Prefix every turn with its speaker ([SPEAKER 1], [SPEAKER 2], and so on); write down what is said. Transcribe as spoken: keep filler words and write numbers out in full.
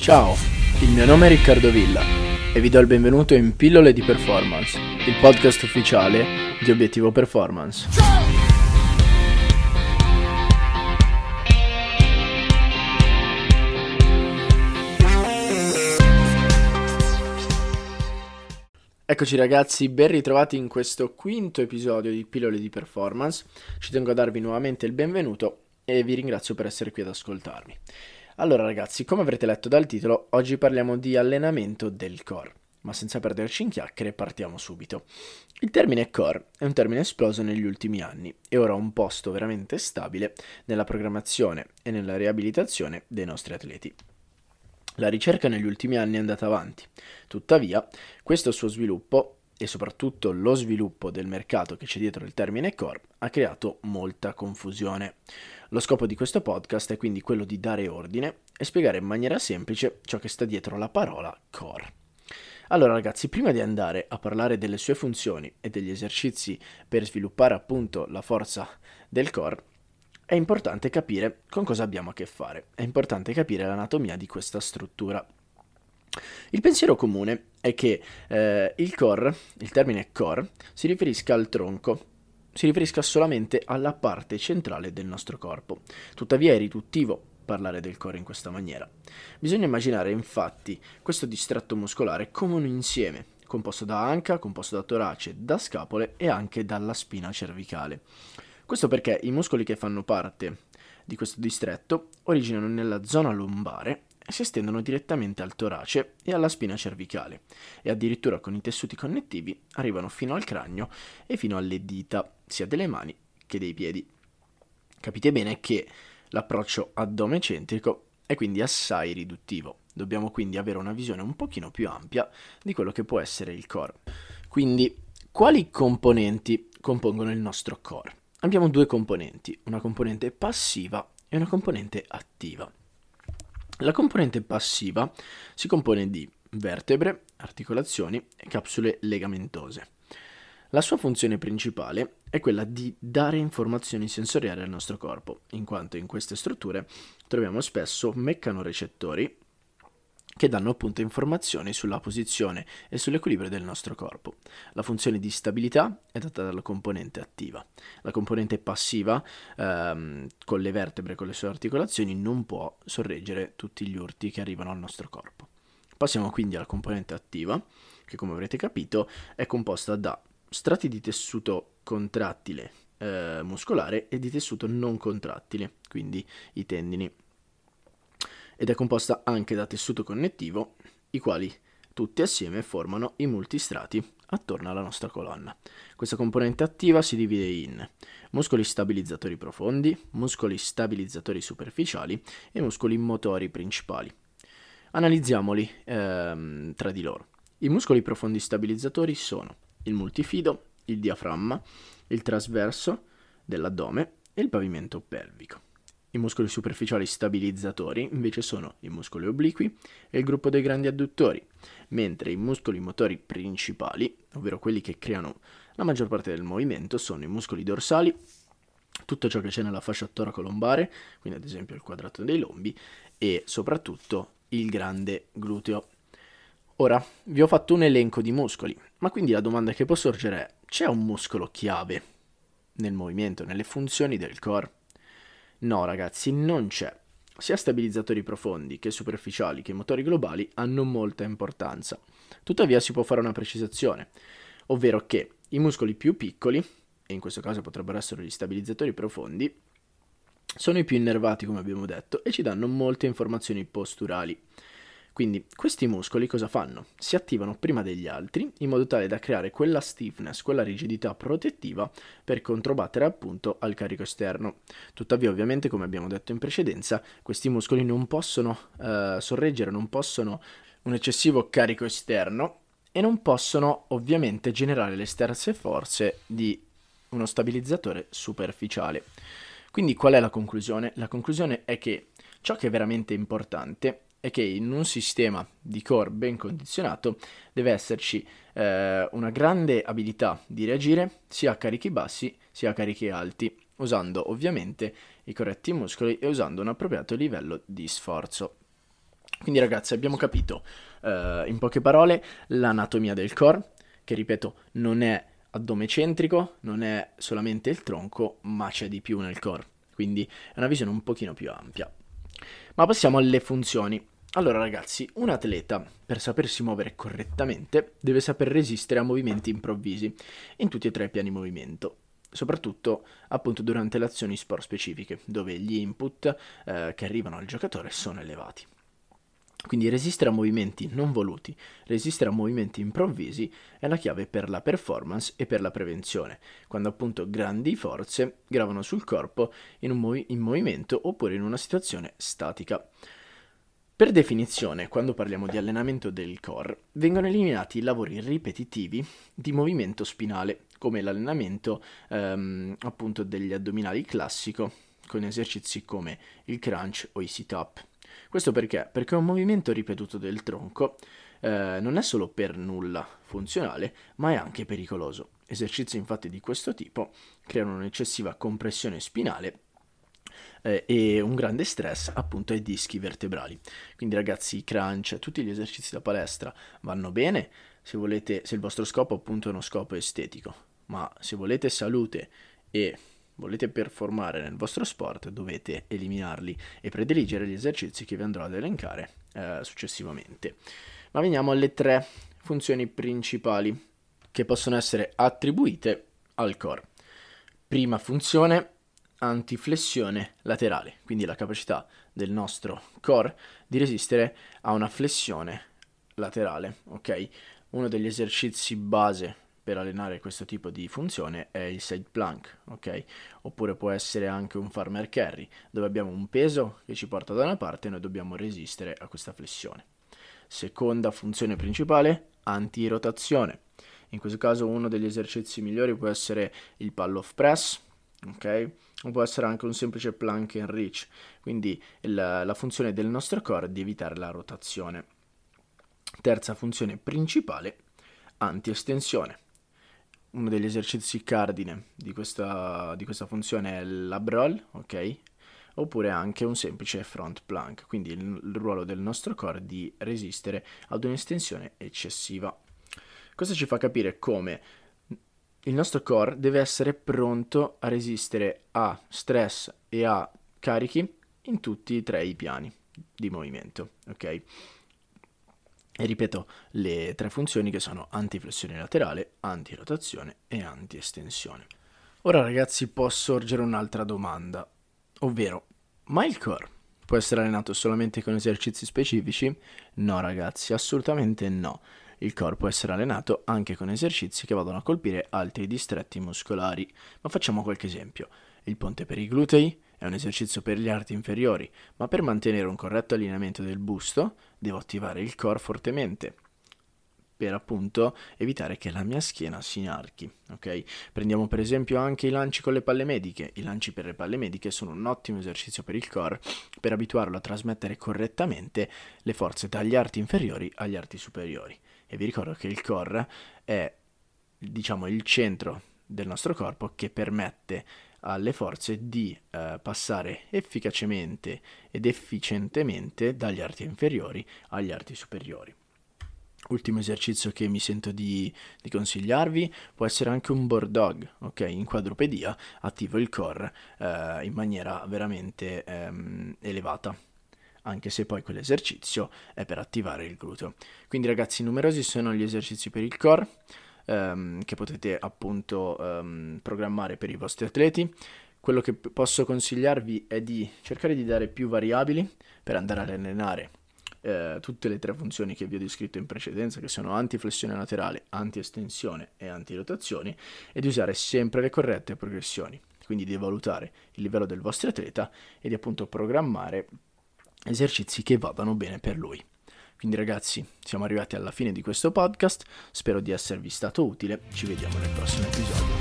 [SPEAKER 1] Ciao, il mio nome è Riccardo Villa e vi do il benvenuto in Pillole di Performance, il podcast ufficiale di Obiettivo Performance. Eccoci ragazzi, ben ritrovati in questo quinto episodio di Pillole di Performance. Ci tengo a darvi nuovamente il benvenuto e vi ringrazio per essere qui ad ascoltarmi. Allora ragazzi, come avrete letto dal titolo, oggi parliamo di allenamento del core, ma senza perderci in chiacchiere partiamo subito. Il termine core è un termine esploso negli ultimi anni e ora ha un posto veramente stabile nella programmazione e nella riabilitazione dei nostri atleti. La ricerca negli ultimi anni è andata avanti, tuttavia questo suo sviluppo e soprattutto lo sviluppo del mercato che c'è dietro il termine core ha creato molta confusione. Lo scopo di questo podcast è quindi quello di dare ordine e spiegare in maniera semplice ciò che sta dietro la parola core. Allora ragazzi, prima di andare a parlare delle sue funzioni e degli esercizi per sviluppare appunto la forza del core, è importante capire con cosa abbiamo a che fare, è importante capire l'anatomia di questa struttura. Il pensiero comune è che eh, il core, il termine core, si riferisca al tronco, si riferisca solamente alla parte centrale del nostro corpo. Tuttavia è riduttivo parlare del core in questa maniera. Bisogna immaginare infatti questo distretto muscolare come un insieme, composto da anca, composto da torace, da scapole e anche dalla spina cervicale. Questo perché i muscoli che fanno parte di questo distretto originano nella zona lombare e si estendono direttamente al torace e alla spina cervicale e addirittura con i tessuti connettivi arrivano fino al cranio e fino alle dita sia delle mani che dei piedi. Capite bene che l'approccio addome-centrico è quindi assai riduttivo. Dobbiamo quindi avere una visione un pochino più ampia di quello che può essere il core. Quindi, quali componenti compongono il nostro core? Abbiamo due componenti, una componente passiva e una componente attiva. La componente passiva si compone di vertebre, articolazioni e capsule legamentose. La sua funzione principale è quella di dare informazioni sensoriali al nostro corpo, in quanto in queste strutture troviamo spesso meccanorecettori che danno appunto informazioni sulla posizione e sull'equilibrio del nostro corpo. La funzione di stabilità è data dalla componente attiva. La componente passiva, ehm, con le vertebre e con le sue articolazioni, non può sorreggere tutti gli urti che arrivano al nostro corpo. Passiamo quindi alla componente attiva, che come avrete capito è composta da strati di tessuto contrattile eh, muscolare e di tessuto non contrattile, quindi i tendini, ed è composta anche da tessuto connettivo, i quali tutti assieme formano i multistrati attorno alla nostra colonna. Questa componente attiva si divide in muscoli stabilizzatori profondi, muscoli stabilizzatori superficiali e muscoli motori principali. Analizziamoli ehm, tra di loro. I muscoli profondi stabilizzatori sono il multifido, il diaframma, il trasverso dell'addome e il pavimento pelvico. I muscoli superficiali stabilizzatori invece sono i muscoli obliqui e il gruppo dei grandi adduttori, mentre i muscoli motori principali, ovvero quelli che creano la maggior parte del movimento, sono i muscoli dorsali, tutto ciò che c'è nella fascia toracolombare, quindi ad esempio il quadrato dei lombi, e soprattutto il grande gluteo. Ora, vi ho fatto un elenco di muscoli, ma quindi la domanda che può sorgere è: c'è un muscolo chiave nel movimento, nelle funzioni del core? No ragazzi, non c'è. Sia stabilizzatori profondi che superficiali che motori globali hanno molta importanza. Tuttavia si può fare una precisazione, ovvero che i muscoli più piccoli, e in questo caso potrebbero essere gli stabilizzatori profondi, sono i più innervati come abbiamo detto e ci danno molte informazioni posturali. Quindi questi muscoli cosa fanno? Si attivano prima degli altri in modo tale da creare quella stiffness, quella rigidità protettiva per controbattere appunto al carico esterno. Tuttavia ovviamente, come abbiamo detto in precedenza, questi muscoli non possono eh, sorreggere, non possono un eccessivo carico esterno e non possono ovviamente generare le stesse forze di uno stabilizzatore superficiale. Quindi qual è la conclusione? La conclusione è che ciò che è veramente importante è che in un sistema di core ben condizionato deve esserci eh, una grande abilità di reagire sia a carichi bassi sia a carichi alti, usando ovviamente i corretti muscoli e usando un appropriato livello di sforzo. Quindi ragazzi, abbiamo capito eh, in poche parole l'anatomia del core, che ripeto non è addome centrico, non è solamente il tronco, ma c'è di più nel core, quindi è una visione un pochino più ampia. Ma passiamo alle funzioni. Allora ragazzi, un atleta per sapersi muovere correttamente deve saper resistere a movimenti improvvisi in tutti e tre i piani movimento, soprattutto appunto durante le azioni sport specifiche, dove gli input eh, che arrivano al giocatore sono elevati. Quindi resistere a movimenti non voluti, resistere a movimenti improvvisi è la chiave per la performance e per la prevenzione, quando appunto grandi forze gravano sul corpo in un movi- in movimento oppure in una situazione statica. Per definizione, quando parliamo di allenamento del core, vengono eliminati i lavori ripetitivi di movimento spinale, come l'allenamento ehm, appunto degli addominali classico, con esercizi come il crunch o i sit-up. Questo perché? Perché un movimento ripetuto del tronco eh, non è solo per nulla funzionale, ma è anche pericoloso. Esercizi infatti di questo tipo creano un'eccessiva compressione spinale eh, e un grande stress appunto ai dischi vertebrali. Quindi ragazzi, i crunch, tutti gli esercizi da palestra vanno bene se volete, se il vostro scopo appunto è uno scopo estetico, ma se volete salute e volete performare nel vostro sport dovete eliminarli e prediligere gli esercizi che vi andrò ad elencare eh, successivamente. Ma veniamo alle tre funzioni principali che possono essere attribuite al core. Prima funzione, antiflessione laterale, quindi la capacità del nostro core di resistere a una flessione laterale, ok? Uno degli esercizi base per allenare questo tipo di funzione è il side plank, ok? Oppure può essere anche un farmer carry, dove abbiamo un peso che ci porta da una parte e noi dobbiamo resistere a questa flessione. Seconda funzione principale, antirotazione. In questo caso uno degli esercizi migliori può essere il pull off press, ok? O può essere anche un semplice plank and reach, quindi il, la funzione del nostro core è di evitare la rotazione. Terza funzione principale, anti-estensione. Uno degli esercizi cardine di questa, di questa funzione è l'ab roll, ok? Oppure anche un semplice front plank, quindi il, il ruolo del nostro core di resistere ad un'estensione eccessiva. Questo ci fa capire come il nostro core deve essere pronto a resistere a stress e a carichi in tutti e tre i piani di movimento, ok? E ripeto le tre funzioni che sono antiflessione laterale, antirotazione e antiestensione. Ora ragazzi può sorgere un'altra domanda, ovvero, ma il core può essere allenato solamente con esercizi specifici? No ragazzi, assolutamente no. Il core può essere allenato anche con esercizi che vadano a colpire altri distretti muscolari. Ma facciamo qualche esempio. Il ponte per i glutei è un esercizio per gli arti inferiori, ma per mantenere un corretto allineamento del busto devo attivare il core fortemente, per appunto evitare che la mia schiena si inarchi, ok? Prendiamo per esempio anche i lanci con le palle mediche. I lanci per le palle mediche sono un ottimo esercizio per il core per abituarlo a trasmettere correttamente le forze dagli arti inferiori agli arti superiori. E vi ricordo che il core è, diciamo, il centro del nostro corpo che permette alle forze di eh, passare efficacemente ed efficientemente dagli arti inferiori agli arti superiori. Ultimo esercizio che mi sento di, di consigliarvi può essere anche un board dog, ok? In quadrupedia attivo il core eh, in maniera veramente ehm, elevata, anche se poi quell'esercizio è per attivare il gluteo. Quindi ragazzi, numerosi sono gli esercizi per il core ehm, che potete appunto ehm, programmare per i vostri atleti. Quello che p- posso consigliarvi è di cercare di dare più variabili per andare ad allenare eh, tutte le tre funzioni che vi ho descritto in precedenza, che sono antiflessione laterale, antiestensione e antirotazioni, e di usare sempre le corrette progressioni. Quindi di valutare il livello del vostro atleta e di appunto programmare esercizi che vadano bene per lui. Quindi ragazzi, siamo arrivati alla fine di questo podcast, spero di esservi stato utile, ci vediamo nel prossimo episodio.